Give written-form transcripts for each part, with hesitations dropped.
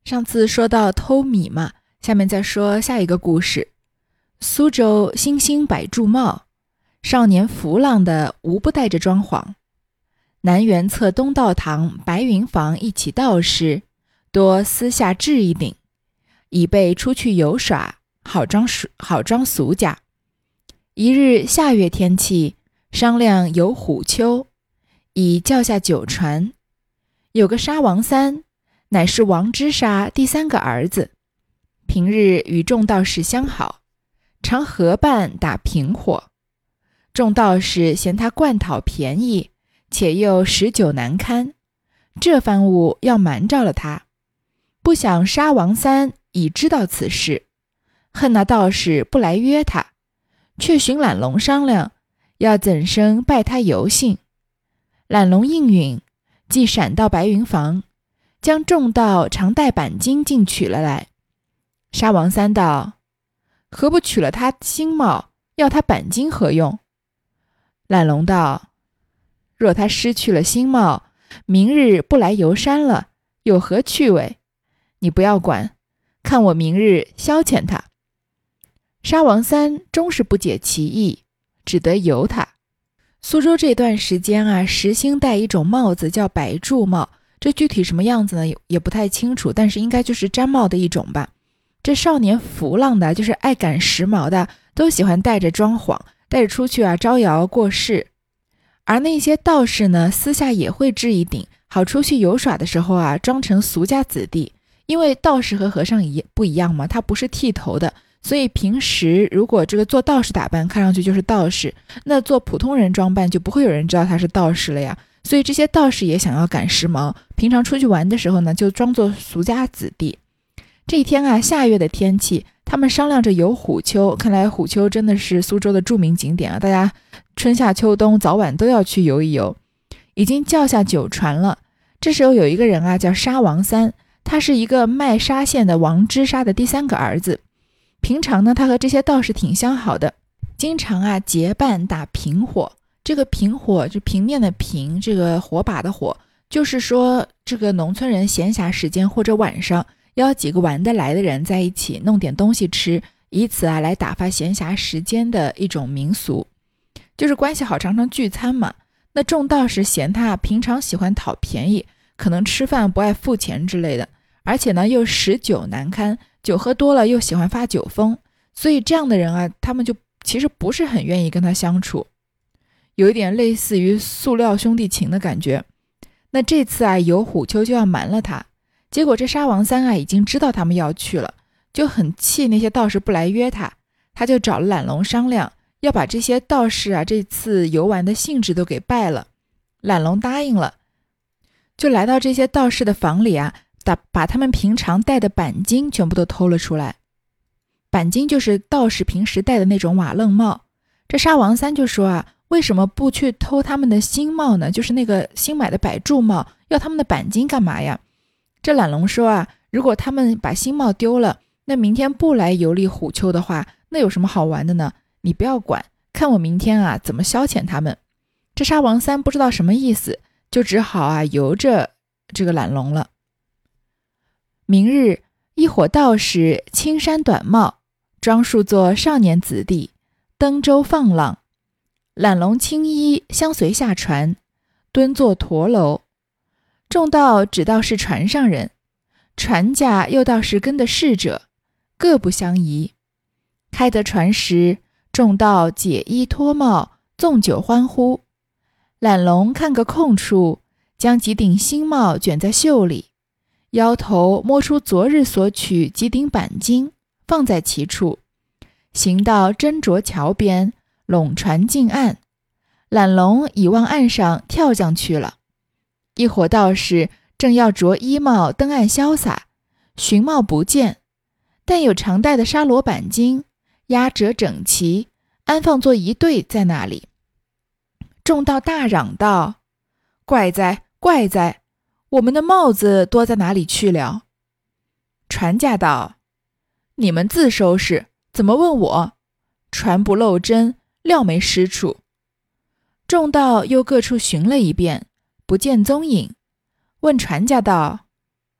上次说到偷米嘛，下面再说下一个故事。苏州新兴百柱帽，少年浮浪的无不带着装潢。南园侧东道堂白云房一起道士，多私下置一顶，以备出去游耍，好装俗家。一日夏月天气，商量游虎丘，已叫下酒船。有个沙王三，乃是王之沙第三个儿子，平日与众道士相好，常合办打平伙。众道士嫌他惯讨便宜，且又食酒难堪，这番物要瞒着了他。不想沙王三已知道此事，恨那道士不来约他，却寻懒龙商量，要怎生拜他游幸。懒龙应允，即闪到白云房，将众道常带板金尽取了来。沙王三道：何不取了他新帽，要他板金何用？懒龙道：若他失去了新帽，明日不来游山了，有何趣味？你不要管，看我明日消遣他。沙王三终是不解其意，只得由他。苏州这段时间啊，时兴戴一种帽子叫百柱帽，这具体什么样子呢也不太清楚，但是应该就是毡帽的一种吧。这少年浮浪的，就是爱赶时髦的，都喜欢带着装潢，带着出去啊招摇过市。而那些道士呢，私下也会置一顶，好出去游耍的时候啊装成俗家子弟。因为道士和和尚不一样嘛，他不是剃头的，所以平时如果这个做道士打扮看上去就是道士，那做普通人装扮就不会有人知道他是道士了呀。所以这些道士也想要赶时髦，平常出去玩的时候呢，就装作俗家子弟。这一天啊，夏月的天气，他们商量着游虎丘。看来虎丘真的是苏州的著名景点啊，大家春夏秋冬早晚都要去游一游。已经叫下酒船了。这时候有一个人啊，叫沙王三，他是一个卖沙县的王之沙的第三个儿子。平常呢，他和这些道士挺相好的，经常啊结伴打平伙。这个平伙就平面的平，这个火把的火，就是说这个农村人闲暇时间或者晚上邀几个玩得来的人在一起弄点东西吃，以此啊来打发闲暇时间的一种民俗，就是关系好常常聚餐嘛。那众道士嫌他平常喜欢讨便宜，可能吃饭不爱付钱之类的，而且呢又食酒难堪，酒喝多了又喜欢发酒疯，所以这样的人啊，他们就其实不是很愿意跟他相处，有一点类似于塑料兄弟情的感觉。那这次啊游虎丘就要瞒了他，结果这沙王三啊已经知道他们要去了，就很气那些道士不来约他，他就找了懒龙商量，要把这些道士啊这次游玩的兴致都给败了。懒龙答应了，就来到这些道士的房里啊，把他们平常戴的板金全部都偷了出来。板金就是道士平时戴的那种瓦楞帽。这沙王三就说啊，为什么不去偷他们的新帽呢？就是那个新买的百柱帽，要他们的板金干嘛呀？这懒龙说啊，如果他们把新帽丢了，那明天不来游历虎丘的话，那有什么好玩的呢？你不要管，看我明天啊怎么消遣他们。这沙王三不知道什么意思，就只好啊由着这个懒龙了。明日一伙道士青衫短帽，装束作少年子弟，登舟放浪。懒龙青衣相随下船，蹲坐驼楼。众道只道是船上人，船家又道是跟的侍者，各不相宜。开得船时，众道解衣脱帽，纵酒欢呼。懒龙看个空处，将几顶新帽卷在袖里，腰头摸出昨日所取几顶板金，放在其处，行到斟酌桥边，拢船进岸。懒龙已往岸上跳将去了。一伙道士正要着衣帽登岸潇洒，寻帽不见，但有常戴的纱罗板金，压折整齐，安放作一对在那里。众道大嚷道：怪哉怪哉，我们的帽子多在哪里去了？船家道：你们自收拾，怎么问我？船不漏针，料没失处。众道又各处寻了一遍，不见踪影，问船家道：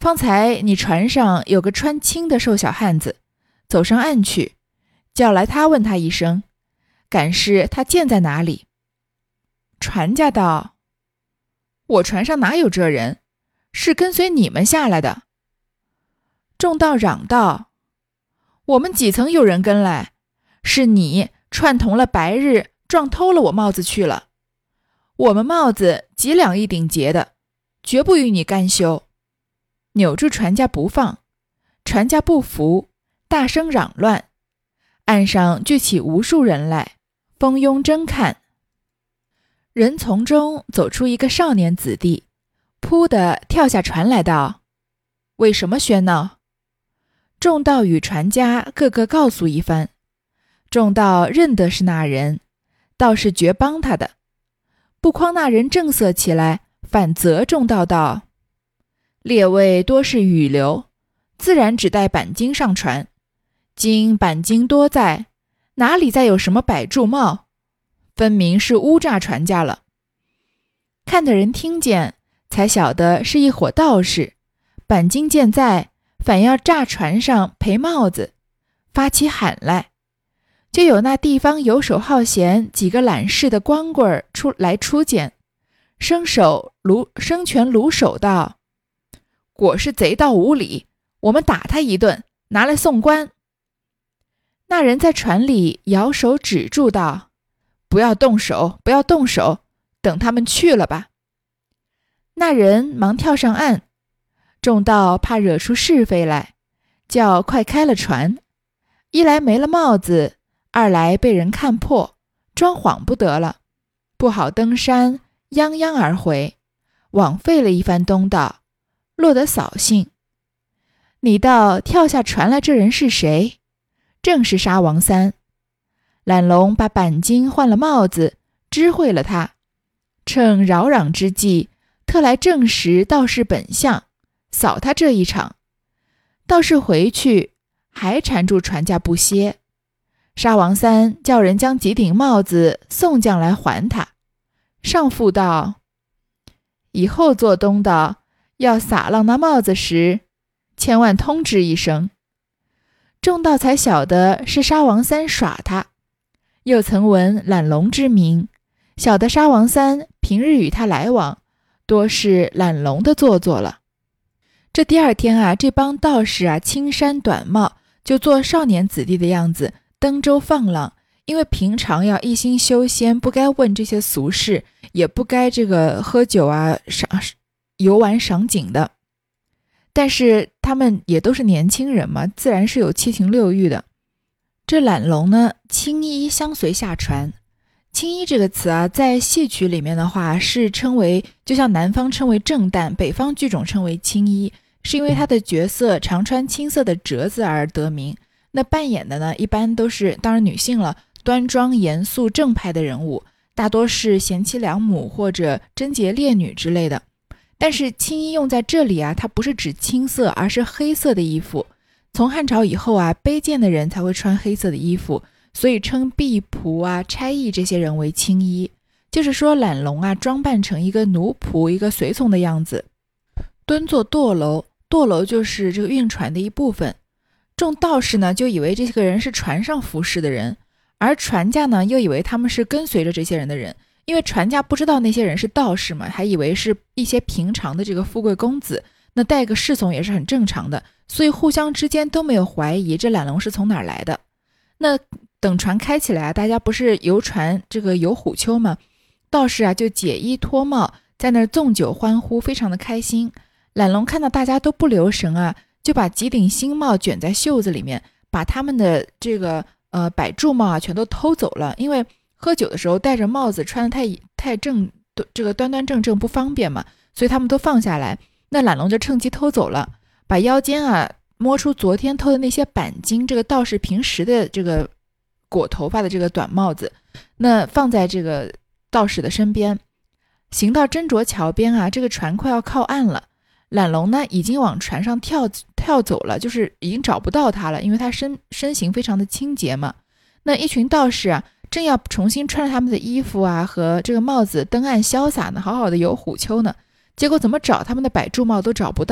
方才你船上有个穿青的瘦小汉子，走上岸去，叫来他问他一声，赶是他见在哪里？”船家道：“我船上哪有这人，是跟随你们下来的。”众道嚷道：“我们几曾有人跟来？是你串同了白日撞偷了我帽子去了。我们帽子几两一顶结的，绝不与你干休。”扭住船家不放，船家不服，大声嚷乱，岸上聚起无数人来，蜂拥争看。人从中走出一个少年子弟，扑地跳下船来道：“为什么喧闹？”众道与船家个个告诉一番。众道认得是那人，倒是绝帮他的。不匡那人正色起来，反责众道道：“列位多是语流，自然只带板金上船。今板金多在，哪里再有什么摆柱帽？分明是诬诈船家了。”看的人听见，才晓得是一伙道士，板金健在，反要诈船上赔帽子，发起喊来。就有那地方游手好闲几个懒事的光棍出见，生拳撸手道：“果是贼盗无礼，我们打他一顿，拿来送官。”那人在船里摇手止住道：“不要动手，不要动手，等他们去了吧。”那人忙跳上岸，众道怕惹出是非来，叫快开了船。一来没了帽子，二来被人看破，装谎不得了，不好登山，泱泱而回，枉费了一番东道，落得扫兴。你道跳下船来这人是谁？正是沙王三。懒龙把板金换了帽子，知会了他，趁扰攘之际，特来证实道士本相，扫他这一场。道士回去，还缠住船家不歇。沙王三叫人将几顶帽子送将来还他，上父道：“以后做东道要撒浪那帽子时，千万通知一声。”众道才晓得是沙王三耍他，又曾闻懒龙之名，晓得沙王三平日与他来往，多是懒龙的做作了。这第二天啊，这帮道士啊，青衫短帽，就做少年子弟的样子，登舟放浪。因为平常要一心修仙，不该问这些俗事，也不该这个喝酒啊、游玩赏景的。但是他们也都是年轻人嘛，自然是有七情六欲的。这懒龙呢，青衣相随下船。青衣这个词啊，在戏曲里面的话是称为，就像南方称为正旦，北方剧种称为青衣，是因为他的角色常穿青色的折子而得名。那扮演的呢，一般都是当然女性了，端庄严肃正派的人物，大多是贤妻良母或者贞洁烈女之类的。但是青衣用在这里啊，它不是指青色，而是黑色的衣服。从汉朝以后啊，卑贱的人才会穿黑色的衣服，所以称婢仆啊、差役这些人为青衣。就是说懒龙啊，装扮成一个奴仆、一个随从的样子，蹲坐舵楼，舵楼就是这个运船的一部分。众道士呢，就以为这个人是船上服侍的人，而船家呢，又以为他们是跟随着这些人的人。因为船家不知道那些人是道士嘛，还以为是一些平常的这个富贵公子，那带个侍从也是很正常的，所以互相之间都没有怀疑这懒龙是从哪儿来的。那等船开起来，大家不是游船这个游虎丘吗？道士啊就解衣脱帽，在那儿纵酒欢呼，非常的开心。懒龙看到大家都不留神啊，就把几顶新帽卷在袖子里面，把他们的这个摆柱帽啊全都偷走了。因为喝酒的时候戴着帽子穿得太正，这个端端正正不方便嘛，所以他们都放下来。那懒龙就趁机偷走了，把腰间啊摸出昨天偷的那些板金，这个道士平时的这个裹头发的这个短帽子，那放在这个道士的身边。行到斟酌桥边啊，这个船快要靠岸了，懒龙呢已经往船上跳走了，就是已经找不到他了，因为他身形非常的清洁嘛。那一群道士啊，正要重新穿着他们的衣服啊和这个帽子登岸潇洒呢，好好的游虎丘呢，结果怎么找他们的摆柱帽都找不到，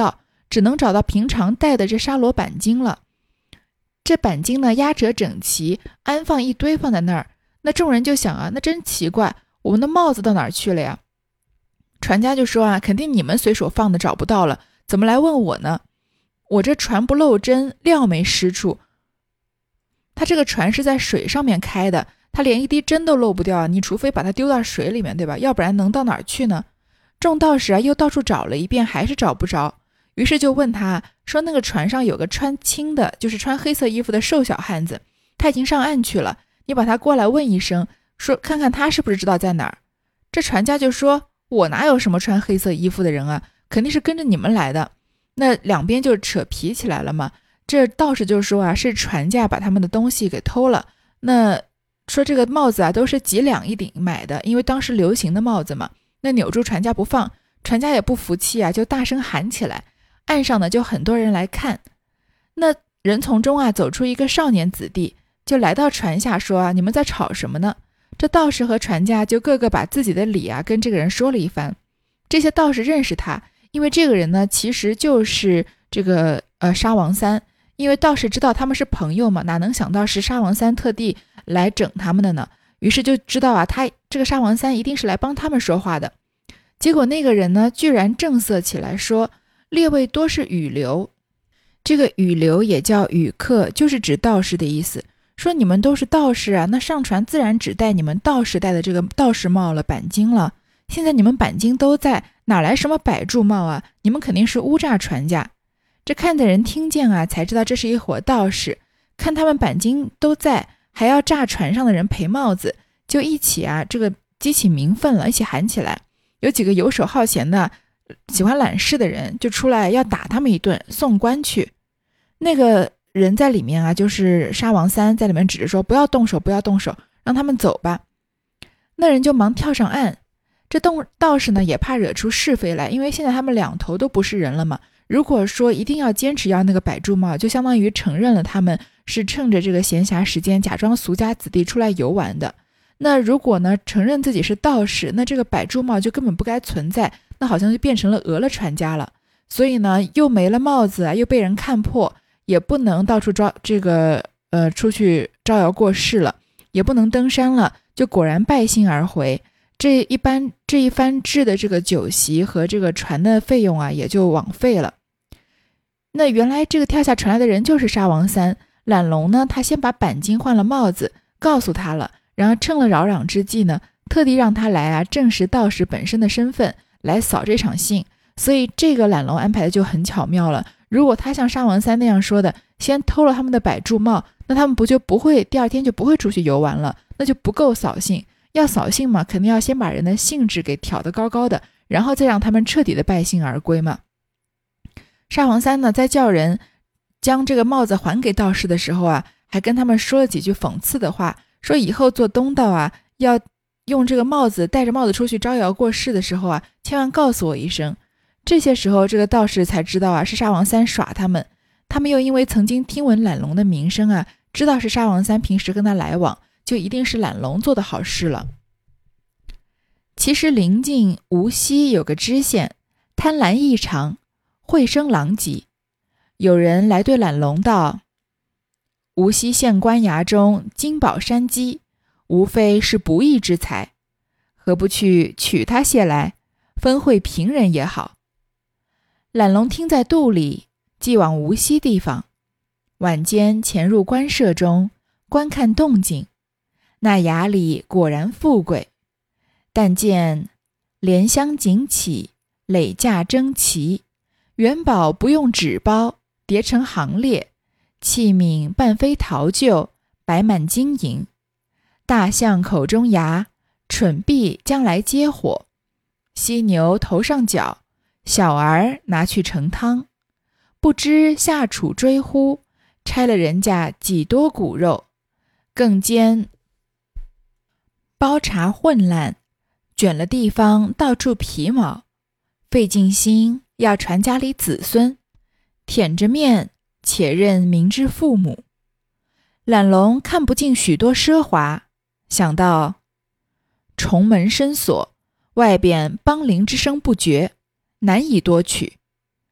只能找到平常戴的这沙罗板巾了。这板巾呢压折整齐，安放一堆放在那儿。那众人就想啊，那真奇怪，我们的帽子到哪儿去了呀？船家就说啊，肯定你们随手放的找不到了，怎么来问我呢？我这船不漏针，料没失处。他这个船是在水上面开的，他连一滴针都漏不掉啊，你除非把它丢到水里面，对吧？要不然能到哪儿去呢？众道士啊又到处找了一遍，还是找不着，于是就问他说，那个船上有个穿青的，就是穿黑色衣服的瘦小汉子，他已经上岸去了，你把他过来问一声，说看看他是不是知道在哪儿。这船家就说，我哪有什么穿黑色衣服的人啊，肯定是跟着你们来的。那两边就扯皮起来了嘛。这道士就说啊，是船家把他们的东西给偷了。那说这个帽子啊都是几两一顶买的，因为当时流行的帽子嘛。那扭住船家不放，船家也不服气啊，就大声喊起来。岸上呢就很多人来看。那人从中啊走出一个少年子弟，就来到船下说啊，你们在吵什么呢？这道士和船家就各个把自己的理啊跟这个人说了一番。这些道士认识他，因为这个人呢其实就是这个沙王三，因为道士知道他们是朋友嘛，哪能想到是沙王三特地来整他们的呢？于是就知道啊，他这个沙王三一定是来帮他们说话的。结果那个人呢居然正色起来说，列位多是雨流。这个雨流也叫雨客，就是指道士的意思。说你们都是道士啊，那上船自然只戴你们道士戴的这个道士帽了，板巾了。现在你们板巾都在，哪来什么百柱帽啊？你们肯定是诬诈船家。这看的人听见啊，才知道这是一伙道士，看他们板巾都在，还要诈船上的人赔帽子，就一起啊这个激起民愤了，一起喊起来。有几个游手好闲的喜欢揽事的人就出来要打他们一顿，送官去。那个人在里面啊，就是沙王三在里面指着说，不要动手，不要动手，让他们走吧。那人就忙跳上岸。这道士呢也怕惹出是非来，因为现在他们两头都不是人了嘛。如果说一定要坚持要那个百柱帽，就相当于承认了他们是趁着这个闲暇时间假装俗家子弟出来游玩的。那如果呢承认自己是道士，那这个百柱帽就根本不该存在，那好像就变成了讹了船家了。所以呢又没了帽子啊，又被人看破，也不能到处出去招摇过市了，也不能登山了，就果然败兴而回。这一番制的这个酒席和这个船的费用啊，也就枉费了。那原来这个跳下船来的人就是沙王三。懒龙呢，他先把板巾换了帽子，告诉他了，然后趁了扰攘之际呢，特地让他来啊，证实道士本身的身份，来扫这场兴。所以这个懒龙安排的就很巧妙了。如果他像沙王三那样说的，先偷了他们的百柱帽，那他们第二天就不会出去游玩了，那就不够扫兴。要扫兴嘛，肯定要先把人的兴致给挑得高高的，然后再让他们彻底的败兴而归嘛。沙王三呢，在叫人将这个帽子还给道士的时候啊，还跟他们说了几句讽刺的话，说以后做东道啊，要用这个帽子戴着帽子出去招摇过市的时候啊，千万告诉我一声。这些时候这个道士才知道啊，是沙王三耍他们。他们又因为曾经听闻懒龙的名声啊，知道是沙王三平时跟他来往，就一定是懒龙做的好事了。其实临近无锡有个知县，贪婪异常，会生狼藉。有人来对懒龙道，无锡县官衙中金宝山鸡，无非是不义之财，何不去取他些来，分惠平人也好。懒龙听在肚里，即往无锡地方，晚间潜入官舍中，观看动静。那衙里果然富贵，但见莲香锦起，垒架整齐，元宝不用纸包，叠成行列，器皿半非陶旧，摆满金银。大象口中牙，蠢婢将来接火，犀牛头上角，小儿拿去盛汤。不知下厨追呼，拆了人家几多骨肉，更兼包茶混烂，卷了地方到处皮毛，费尽心要传家里子孙，舔着面且认明知父母。懒龙看不尽许多奢华，想到重门深锁，外边梆铃之声不绝，难以多取。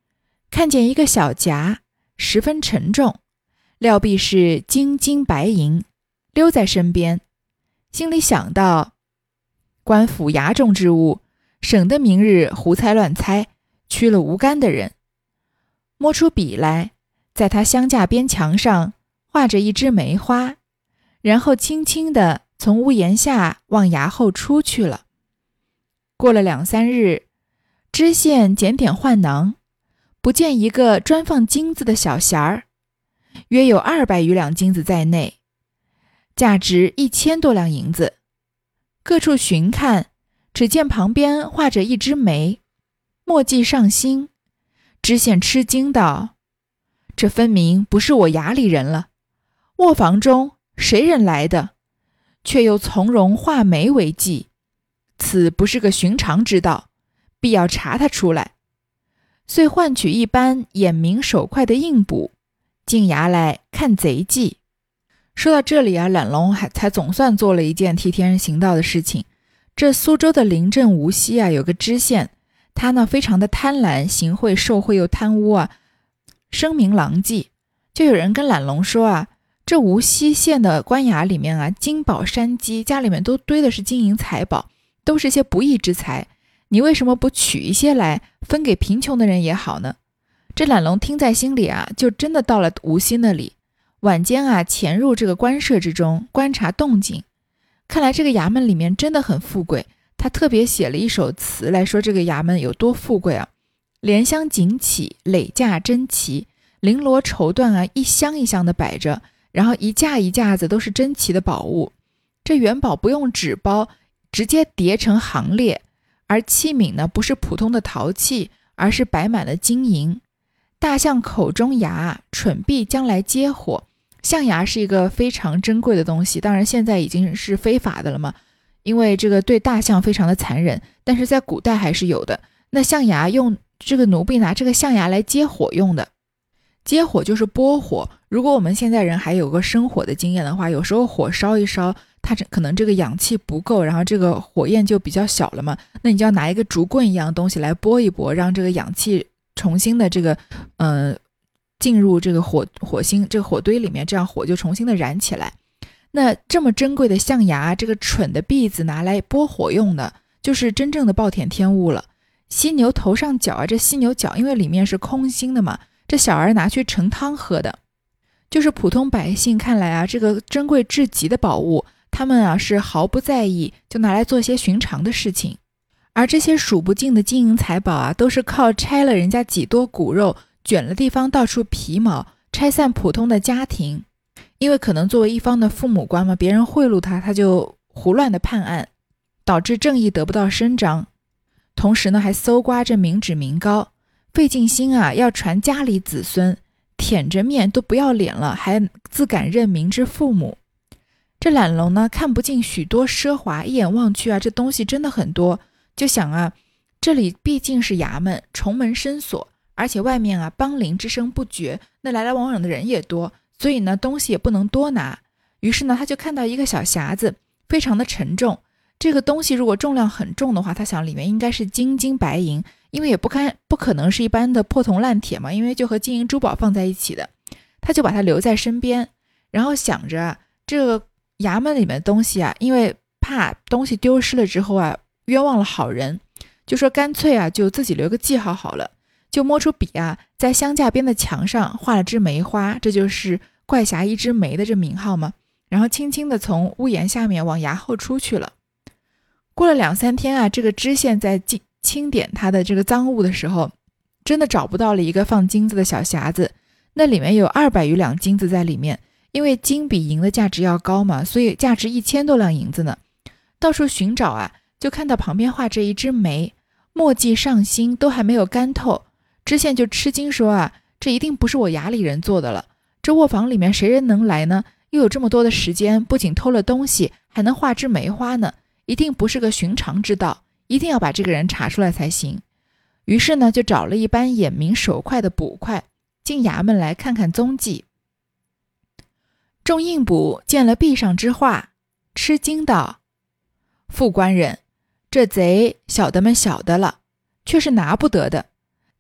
看见一个小夹，十分沉重，料必是金金白银，溜在身边，心里想到，官府衙中之物，省得明日胡猜乱猜，屈了无干的人。摸出笔来，在他香架边墙上画着一枝梅花，然后轻轻地从屋檐下往衙后出去了。过了2-3日，知县检点换囊，不见一个专放金子的小匣儿，约有200余两金子在内，价值1000多两银子。各处寻看，只见旁边画着一枝梅，墨迹上心。知县吃惊道：这分明不是我衙里人了，卧房中谁人来的，却又从容画眉为记，此不是个寻常之道，必要查他出来。遂唤取一班眼明手快的应捕，进衙来看贼迹。说到这里啊，懒龙才总算做了一件替天人行道的事情。这苏州的临镇无锡啊，有个知县，他呢非常的贪婪，行贿受贿又贪污啊，声名狼藉。就有人跟懒龙说啊，这无锡县的官衙里面啊，金宝山积，家里面都堆的是金银财宝，都是些不义之财，你为什么不取一些来分给贫穷的人也好呢？这懒龙听在心里啊，就真的到了无锡那里，晚间啊潜入这个官舍之中观察动静。看来这个衙门里面真的很富贵，他特别写了一首词来说这个衙门有多富贵啊。莲香锦起，累架珍奇，绫罗绸缎啊一箱一箱的摆着，然后一架一架子都是珍奇的宝物。这元宝不用纸包，直接叠成行列，而器皿呢不是普通的陶器，而是摆满了金银。大象口中牙，蠢婢将来接火。象牙是一个非常珍贵的东西，当然现在已经是非法的了嘛，因为这个对大象非常的残忍，但是在古代还是有的。那象牙用这个奴婢拿这个象牙来接火用的，接火就是拨火。如果我们现在人还有个生火的经验的话，有时候火烧一烧，它可能这个氧气不够，然后这个火焰就比较小了嘛，那你就要拿一个竹棍一样的东西来拨一拨，让这个氧气重新的这个进入这个火星这个火堆里面，这样火就重新的燃起来。那这么珍贵的象牙，这个蠢的婢子拿来拨火用的，就是真正的暴殄天物了。犀牛头上角啊，这犀牛角因为里面是空心的嘛，这小儿拿去盛汤喝的。就是普通百姓看来啊，这个珍贵至极的宝物，他们啊是毫不在意，就拿来做些寻常的事情。而这些数不尽的金银财宝啊，都是靠拆了人家几多骨肉，卷了地方到处皮毛，拆散普通的家庭。因为可能作为一方的父母官嘛，别人贿赂他，他就胡乱的判案，导致正义得不到伸张。同时呢，还搜刮着民脂民膏，费尽心啊要传家里子孙，舔着面都不要脸了，还自敢认民之父母。这懒龙呢看不尽许多奢华，一眼望去啊，这东西真的很多，就想啊，这里毕竟是衙门，重门深锁，而且外面啊邦邻之声不绝，那来来往往的人也多，所以呢东西也不能多拿。于是呢他就看到一个小匣子，非常的沉重。这个东西如果重量很重的话，他想里面应该是金金白银，因为也不可能是一般的破铜烂铁嘛，因为就和金银珠宝放在一起的。他就把它留在身边，然后想着啊，这个衙门里面的东西啊，因为怕东西丢失了之后啊冤枉了好人，就说干脆啊就自己留个记号好了。就摸出笔啊，在香架边的墙上画了枝梅花，这就是怪侠一枝梅的这名号嘛。然后轻轻地从屋檐下面往衙后出去了。过了2-3天啊，这个知县在清点他的这个赃物的时候，真的找不到了一个放金子的小匣子，那里面有200余两金子在里面，因为金比银的价值要高嘛，所以价值1000多两银子呢。到处寻找啊，就看到旁边画着一枝梅，墨迹上心，都还没有干透。知县就吃惊说啊，这一定不是我衙里人做的了，这卧房里面谁人能来呢？又有这么多的时间，不仅偷了东西，还能画枝梅花呢，一定不是个寻常之道，一定要把这个人查出来才行。于是呢就找了一班眼明手快的捕快进衙门来看看踪迹。众应捕见了壁上之画，吃惊道：副官人，这贼小的们晓得了，却是拿不得的。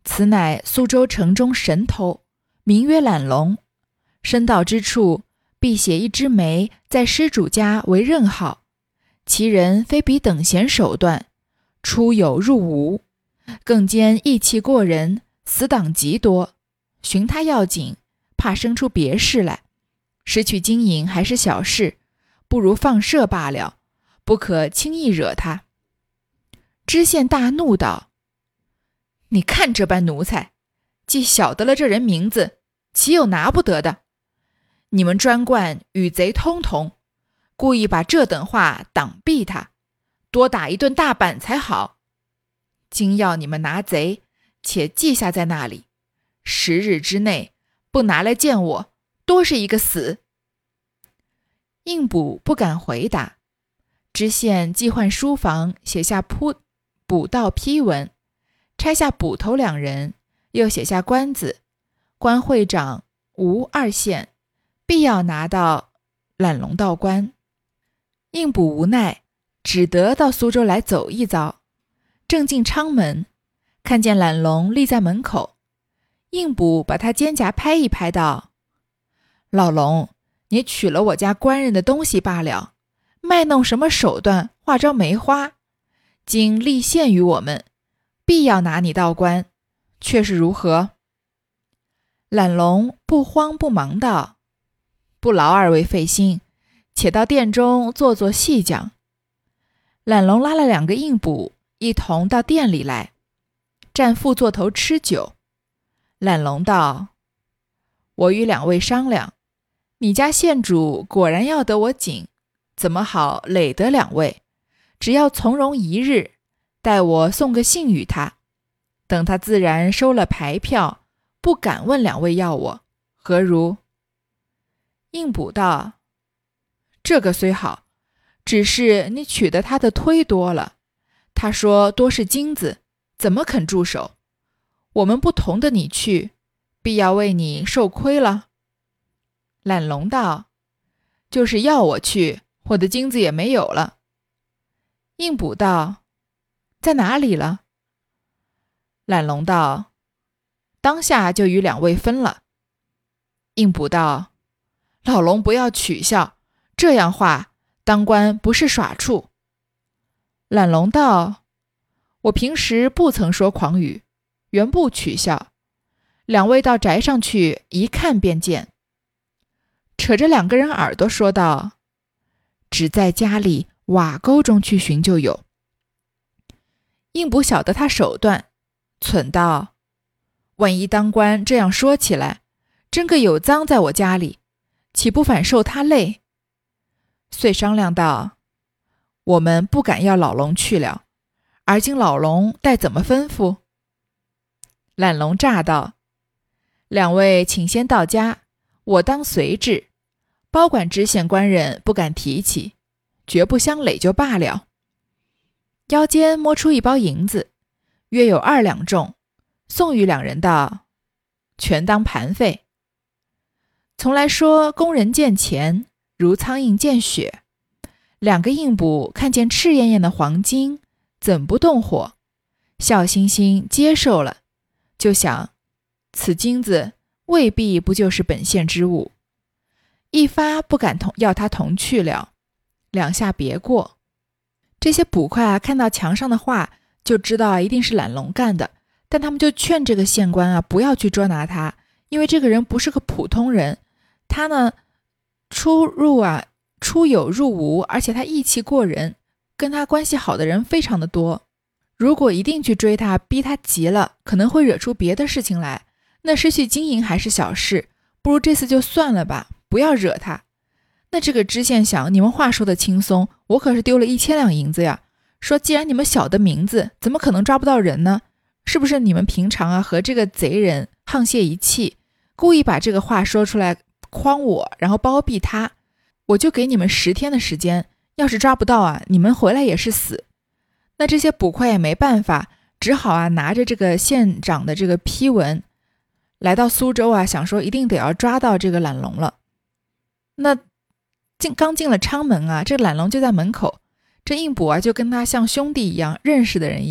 此乃苏州城中神偷，名曰懒龙。身到之处，必写一枝梅在施主家为任号，其人非比等闲手段，出有入无，更兼义气过人，死党极多，寻他要紧，怕生出别事来，失去金银还是小事，不如放射罢了，不可轻易惹他。知县大怒道：你看这般奴才，既晓得了这人名字，岂有拿不得的？你们专惯与贼通同，故意把这等话挡避他，多打一顿大板才好。今要你们拿贼，且记下在那里，10日之内不拿来见我，多是一个死。应捕不敢回答，知县即唤书房写下捕道批文，拆下捕头2人，又写下官子，关会长、吴2县必要拿到懒龙道官。应捕无奈，只得到苏州来走一遭。正进昌门，看见懒龙立在门口，应捕把他肩胛拍一拍道：老龙，你取了我家官人的东西罢了，卖弄什么手段，画招梅花，今立献于我们，必要拿你道官，却是如何？懒龙不慌不忙道：不劳2位费心，且到殿中坐坐细讲。懒龙拉了2个应捕一同到店里来，站副座头吃酒。懒龙道：我与2位商量，你家县主果然要得我紧，怎么好累得2位？只要从容1日，待我送个信与他，等他自然收了牌票，不敢问2位要我，何如？应捕道：这个虽好，只是你取得他的忒多了，他说多是金子，怎么肯住手？我们不同的你去，必要为你受亏了。懒龙道：就是要我去，我的金子也没有了。应捕道：在哪里了？懒龙道：当下就与2位分了。应捕道：老龙不要取笑，这样话当官不是耍处。懒龙道：我平时不曾说狂语，原不取笑。2位到宅上去一看便见。扯着2个人耳朵说道：只在家里瓦沟中去寻就有。应捕晓得他手段，忖道：万一当官这样说起来，真个有赃在我家里，岂不反受他累？遂商量道：我们不敢要老龙去了，而今老龙待怎么吩咐？懒龙诈道：两位请先到家，我当随至，包管知县官人不敢提起，绝不相累就罢了。腰间摸出一包银子，约有2两重，送与2人道：全当盘费。从来说工人见钱，如苍蝇见血。2个应捕看见赤艳艳的黄金，怎不动火？笑嘻嘻接受了，就想此金子未必不就是本县之物，一发不敢要他同去了，2下别过。这些捕快看到墙上的画，就知道一定是懒龙干的，但他们就劝这个县官不要去捉拿他，因为这个人不是个普通人，他呢出有入无，而且他义气过人，跟他关系好的人非常的多。如果一定去追他，逼他急了，可能会惹出别的事情来，那失去金银还是小事，不如这次就算了吧，不要惹他。那这个知县想，你们话说的轻松，我可是丢了1000两银子呀。说既然你们晓得名字，怎么可能抓不到人呢？是不是你们平常和这个贼人沆瀣一气，故意把这个话说出来诓我，然后包庇他？我就给你们10天的时间，要是抓不到你们回来也是死。那这些捕快也没办法，只好拿着这个县长的这个批文来到苏州想说一定得要抓到这个懒龙了。那刚进了昌门这个懒龙就在门口，这应捕就跟他像兄弟一样，认识的人一样，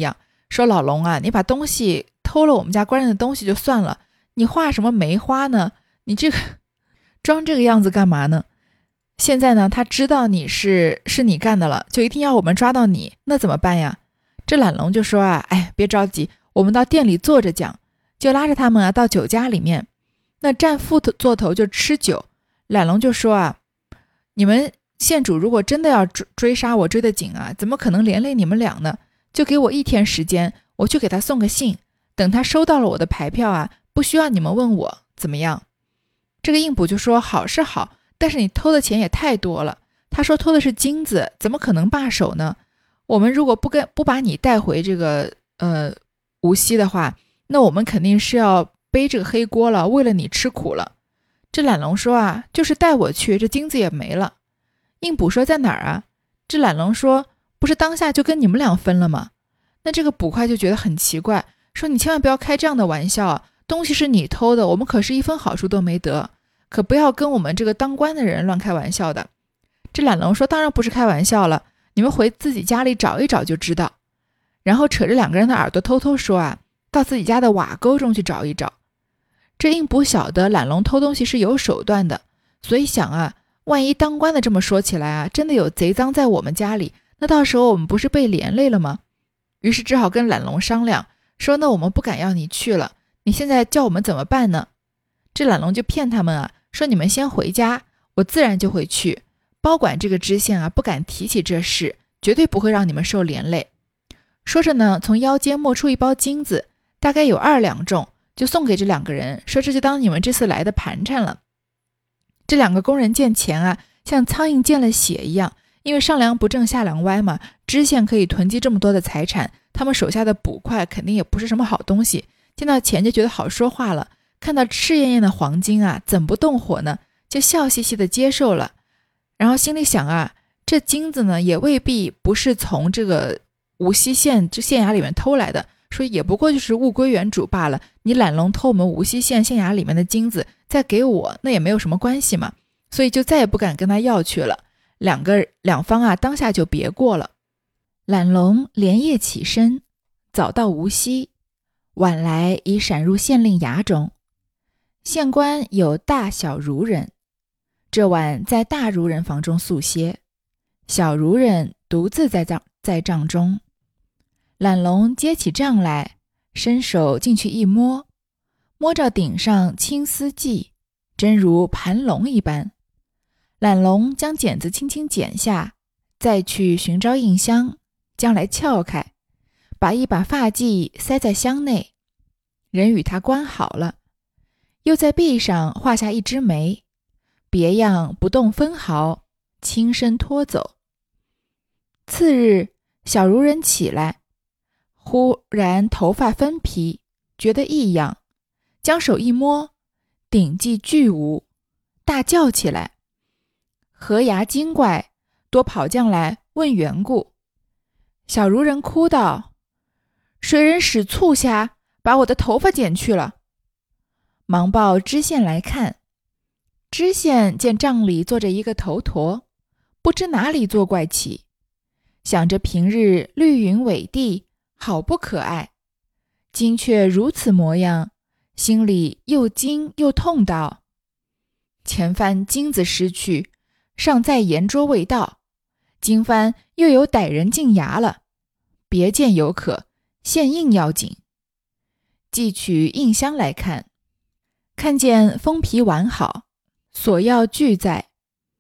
说老龙啊，你把东西偷了我们家官人的东西就算了，你画什么梅花呢？你这个装这个样子干嘛呢？现在呢，他知道你是你干的了，就一定要我们抓到你，那怎么办呀？这懒龙就说啊，哎，别着急，我们到店里坐着讲，就拉着他们啊到酒家里面。那战副座头就吃酒，懒龙就说啊，你们县主如果真的要追杀我追得紧啊，怎么可能连累你们俩呢？就给我1天时间，我去给他送个信，等他收到了我的牌票啊，不需要你们问我，怎么样？这个应捕就说好是好，但是你偷的钱也太多了。他说偷的是金子，怎么可能罢手呢？我们如果不把你带回这个无锡的话，那我们肯定是要背这个黑锅了，为了你吃苦了。这懒龙说啊，就是带我去，这金子也没了。应捕说在哪儿啊？这懒龙说，不是当下就跟你们俩分了吗？那这个捕快就觉得很奇怪，说你千万不要开这样的玩笑啊，东西是你偷的，我们可是一分好处都没得，可不要跟我们这个当官的人乱开玩笑的。这懒龙说，当然不是开玩笑了，你们回自己家里找一找就知道。然后扯着2个人的耳朵偷偷说啊，到自己家的瓦沟中去找一找。这应捕晓得懒龙偷东西是有手段的，所以想啊，万一当官的这么说起来啊，真的有贼赃在我们家里，那到时候我们不是被连累了吗？于是只好跟懒龙商量，说那我们不敢要你去了，你现在叫我们怎么办呢？这懒龙就骗他们啊，说你们先回家，我自然就会去，包管这个知县啊不敢提起这事，绝对不会让你们受连累。说着呢，从腰间摸出一包金子，大概有2两重，就送给这2个人，说这就当你们这次来的盘缠了。这2个工人见钱啊，像苍蝇见了血一样，因为上梁不正下梁歪嘛，知县可以囤积这么多的财产，他们手下的捕快肯定也不是什么好东西，见到钱就觉得好说话了，看到赤艳艳的黄金啊，怎不动火呢？就笑嘻嘻的接受了。然后心里想啊，这金子呢也未必不是从这个无锡县这县衙里面偷来的，说也不过就是物归原主罢了，你懒龙偷我们无锡县县衙里面的金子再给我，那也没有什么关系嘛，所以就再也不敢跟他要去了。两方啊当下就别过了。懒龙连夜起身，早到无锡，晚来已闪入县令衙中。县官有大小儒人，这晚在大儒人房中宿歇，小儒人独自在帐中。懒龙接起帐来，伸手进去一摸，摸着顶上青丝髻，真如盘龙一般。懒龙将剪子轻轻剪下，再去寻找印箱，将来撬开，把一把发髻塞在箱内，人与他关好了，又在壁上画下一枝梅，别样不动分毫，轻身拖走。次日，小儒人起来，忽然头发分披，觉得异样，将手一摸，顶髻俱无，大叫起来，何牙精怪，多跑将来问缘故。小儒人哭道，谁人使醋虾把我的头发剪去了？忙报知县来看，知县见帐里坐着一个头陀，不知哪里作怪起，想着平日绿云伟地，好不可爱，今却如此模样，心里又惊又痛道，前番金子失去，尚在沿桌未到，今番又有歹人进衙了，别见有可，现印要紧。寄取印箱来看，看见封皮完好，所要俱在。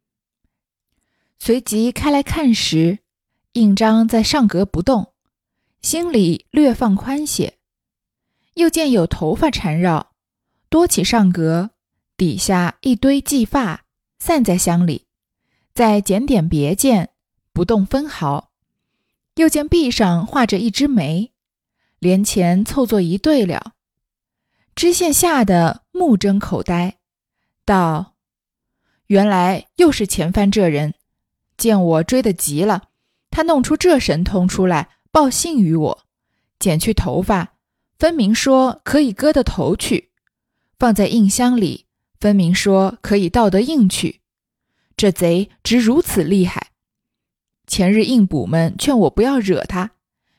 随即开来看时，印章在上格不动，心里略放宽些。又见有头发缠绕，多起上格，底下一堆髻发散在箱里，再检点别件，不动分毫。又见壁上画着一枝梅，连前凑作一对了。知县吓得目睁口呆，道：原来又是前番这人，见我追得急了，他弄出这神通出来报信于我，剪去头发，分明说可以割得头去，放在印箱里，分明说可以盗得印去。这贼直如此厉害。前日应捕们劝我不要惹他，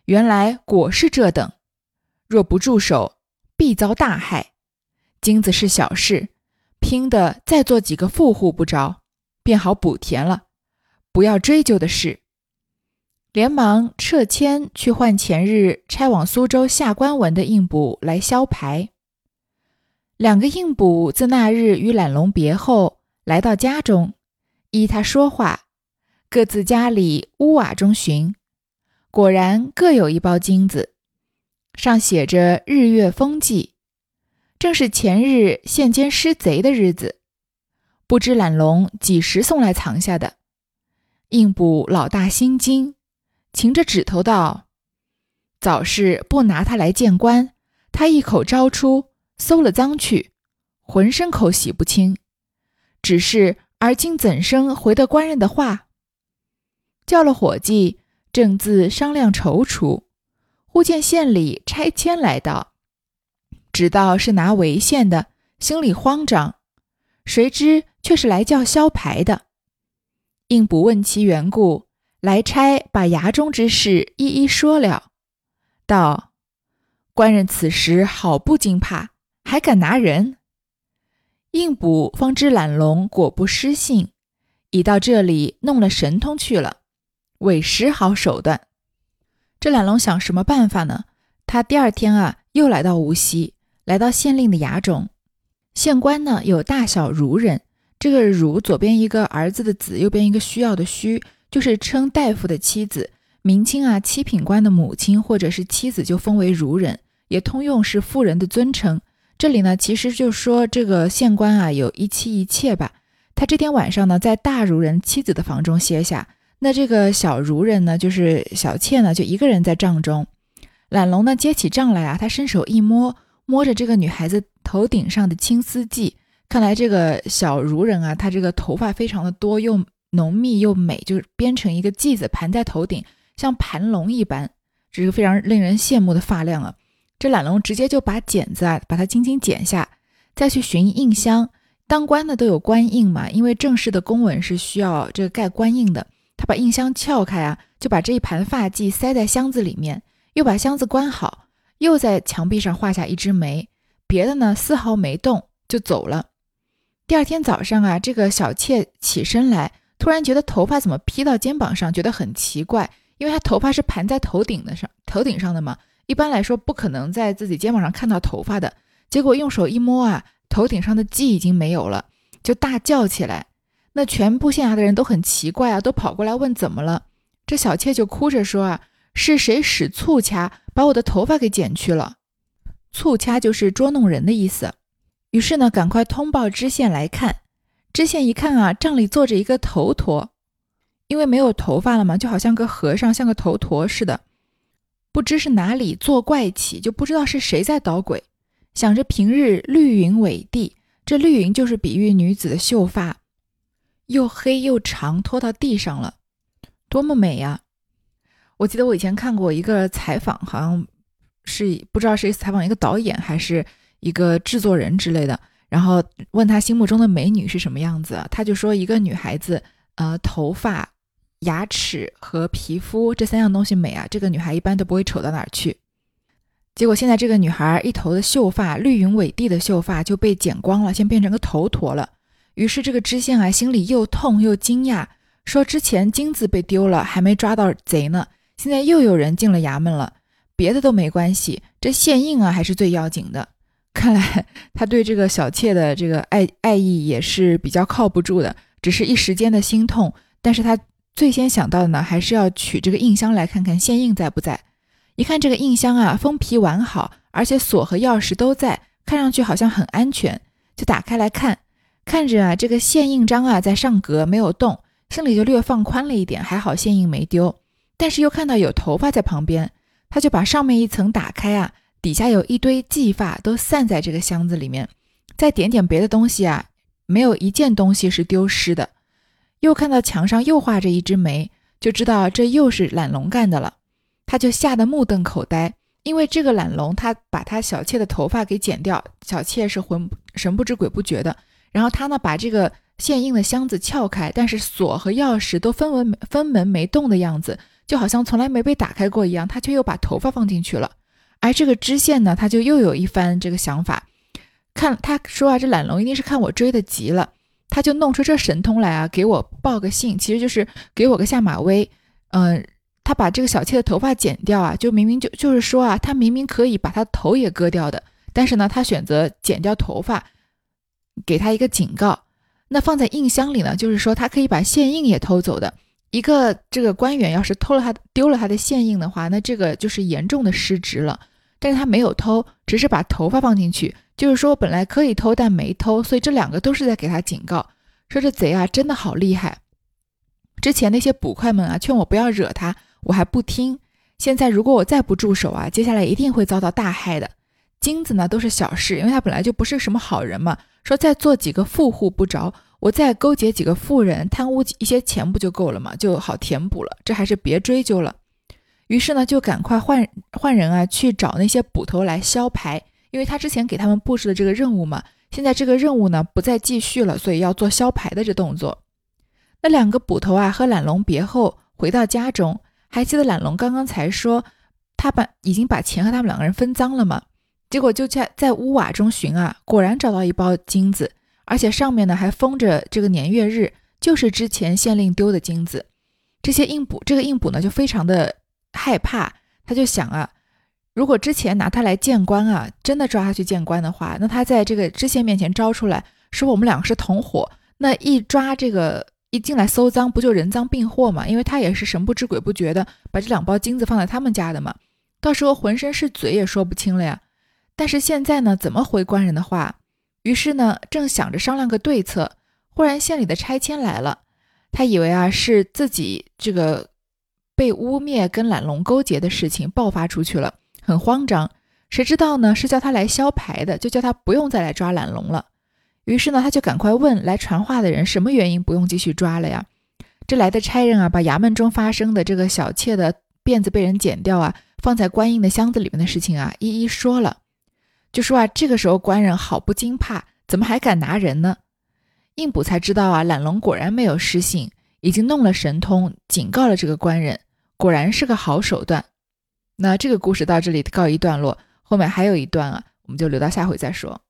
原来果是这等，若不住手，必遭大害。金子是小事，拼的再做几个富户不着，便好补填了，不要追究的事。连忙撤迁去换前日差往苏州下官文的应捕来销牌。两个应捕自那日与懒龙别后，来到家中，依他说话，各自家里屋瓦中寻，果然各有一包金子，上写着日月风纪，正是前日县监失贼的日子，不知懒龙几时送来藏下的。应捕老大心惊，擎着指头道：早是不拿他来见官，他一口招出，搜了赃去，浑身口洗不清，只是而今怎生回得官人的话？叫了伙计，正自商量踌躇，忽见县里差签来到，知道是拿潍县的，心里慌张，谁知却是来叫销牌的。应捕问其缘故，来差把衙中之事一一说了，道：官人此时好不惊怕，还敢拿人。应捕方知懒龙果不失信，已到这里弄了神通去了，委实好手段。这懒龙想什么办法呢？他第二天又来到无锡，来到县令的衙中。县官呢有大小孺人，这个孺左边一个儿子的子，右边一个需要的需，就是称大夫的妻子。明清七品官的母亲或者是妻子就封为孺人，也通用是妇人的尊称。这里呢其实就说这个县官有一妻一妾吧。他这天晚上呢在大孺人妻子的房中歇下，那这个小孺人呢就是小妾呢就一个人在帐中。懒龙呢接起帐来他伸手一摸，摸着这个女孩子头顶上的青丝髻，看来这个小孺人她这个头发非常的多，又浓密又美，就是编成一个髻子盘在头顶，像盘龙一般，这是个非常令人羡慕的发量这懒龙直接就把剪子把它轻轻剪下，再去寻印箱。当官的都有官印嘛，因为正式的公文是需要这个盖官印的。他把印箱撬开就把这一盘发髻塞在箱子里面，又把箱子关好，又在墙壁上画下一枝梅，别的呢丝毫没动就走了。第二天早上这个小妾起身来，突然觉得头发怎么披到肩膀上，觉得很奇怪，因为她头发是盘在头顶上的嘛，一般来说不可能在自己肩膀上看到头发的。结果用手一摸头顶上的髻已经没有了，就大叫起来。那全部县衙的人都很奇怪都跑过来问怎么了。这小妾就哭着说是谁使醋掐把我的头发给剪去了。醋掐就是捉弄人的意思。于是呢赶快通报知县来看。知县一看帐里坐着一个头陀，因为没有头发了嘛，就好像个和尚像个头陀似的。不知是哪里作怪起，就不知道是谁在捣鬼。想着平日绿云尾地，这绿云就是比喻女子的秀发，又黑又长，拖到地上了，多么美我记得我以前看过一个采访，好像是不知道是采访一个导演还是一个制作人之类的，然后问他心目中的美女是什么样子他就说一个女孩子头发、牙齿和皮肤这三样东西美这个女孩一般都不会丑到哪儿去。结果现在这个女孩一头的秀发，绿云尾地的秀发就被剪光了，先变成个头陀了。于是这个知县心里又痛又惊讶，说之前金子被丢了还没抓到贼呢，现在又有人进了衙门了，别的都没关系，这县印还是最要紧的。看来他对这个小妾的这个爱意也是比较靠不住的，只是一时间的心痛，但是他最先想到的呢还是要取这个印箱来看看县印在不在。一看这个印箱封皮完好，而且锁和钥匙都在，看上去好像很安全，就打开来看，看着这个县印章在上格没有动，心里就略放宽了一点，还好县印没丢。但是又看到有头发在旁边，他就把上面一层打开底下有一堆髻发都散在这个箱子里面，再点点别的东西没有一件东西是丢失的。又看到墙上又画着一枝梅，就知道这又是懒龙干的了。他就吓得目瞪口呆，因为这个懒龙他把他小妾的头发给剪掉，小妾是神不知鬼不觉的，然后他呢把这个县印的箱子撬开，但是锁和钥匙都分门没动的样子， 就好像从来没被打开过一样，他却又把头发放进去了。而这个知县呢，他就又有一番这个想法，他说这懒龙一定是看我追得急了，他就弄出这神通来给我报个信，其实就是给我个下马威。他把这个小妾的头发剪掉就明明就是说他明明可以把他头也割掉的，但是呢，他选择剪掉头发，给他一个警告。那放在印箱里呢，就是说他可以把县印也偷走的。一个这个官员要是丢了他的县印的话，那这个就是严重的失职了。但是他没有偷，只是把头发放进去，就是说本来可以偷但没偷，所以这两个都是在给他警告，说这贼真的好厉害。之前那些捕快们劝我不要惹他，我还不听。现在如果我再不住手接下来一定会遭到大害的。金子呢都是小事，因为他本来就不是什么好人嘛，说再做几个富户不着，我再勾结几个富人贪污一些钱不就够了嘛，就好填补了，这还是别追究了。于是呢就赶快换人去找那些捕头来销牌，因为他之前给他们布置的这个任务嘛，现在这个任务呢不再继续了，所以要做销牌的这动作。那两个捕头和懒龙别后回到家中，还记得懒龙刚刚才说他已经把钱和他们两个人分赃了吗？结果就在屋瓦中寻果然找到一包金子，而且上面呢还封着这个年月日，就是之前县令丢的金子。这个应捕呢就非常的害怕，他就想如果之前拿他来见官真的抓他去见官的话，那他在这个知县面前招出来说我们两个是同伙，那一抓一进来搜赃不就人赃并获嘛？因为他也是神不知鬼不觉的把这两包金子放在他们家的嘛，到时候浑身是嘴也说不清了呀。但是现在呢怎么回官人的话？于是呢正想着商量个对策，忽然县里的差签来了。他以为是自己这个被污蔑跟懒龙勾结的事情爆发出去了，很慌张。谁知道呢是叫他来销牌的，就叫他不用再来抓懒龙了。于是呢他就赶快问来传话的人什么原因不用继续抓了呀。这来的差人把衙门中发生的这个小妾的辫子被人剪掉放在官印的箱子里面的事情一一说了。就说这个时候官人好不惊怕，怎么还敢拿人呢？应捕才知道懒龙果然没有失信，已经弄了神通警告了这个官人，果然是个好手段。那这个故事到这里告一段落，后面还有一段我们就留到下回再说。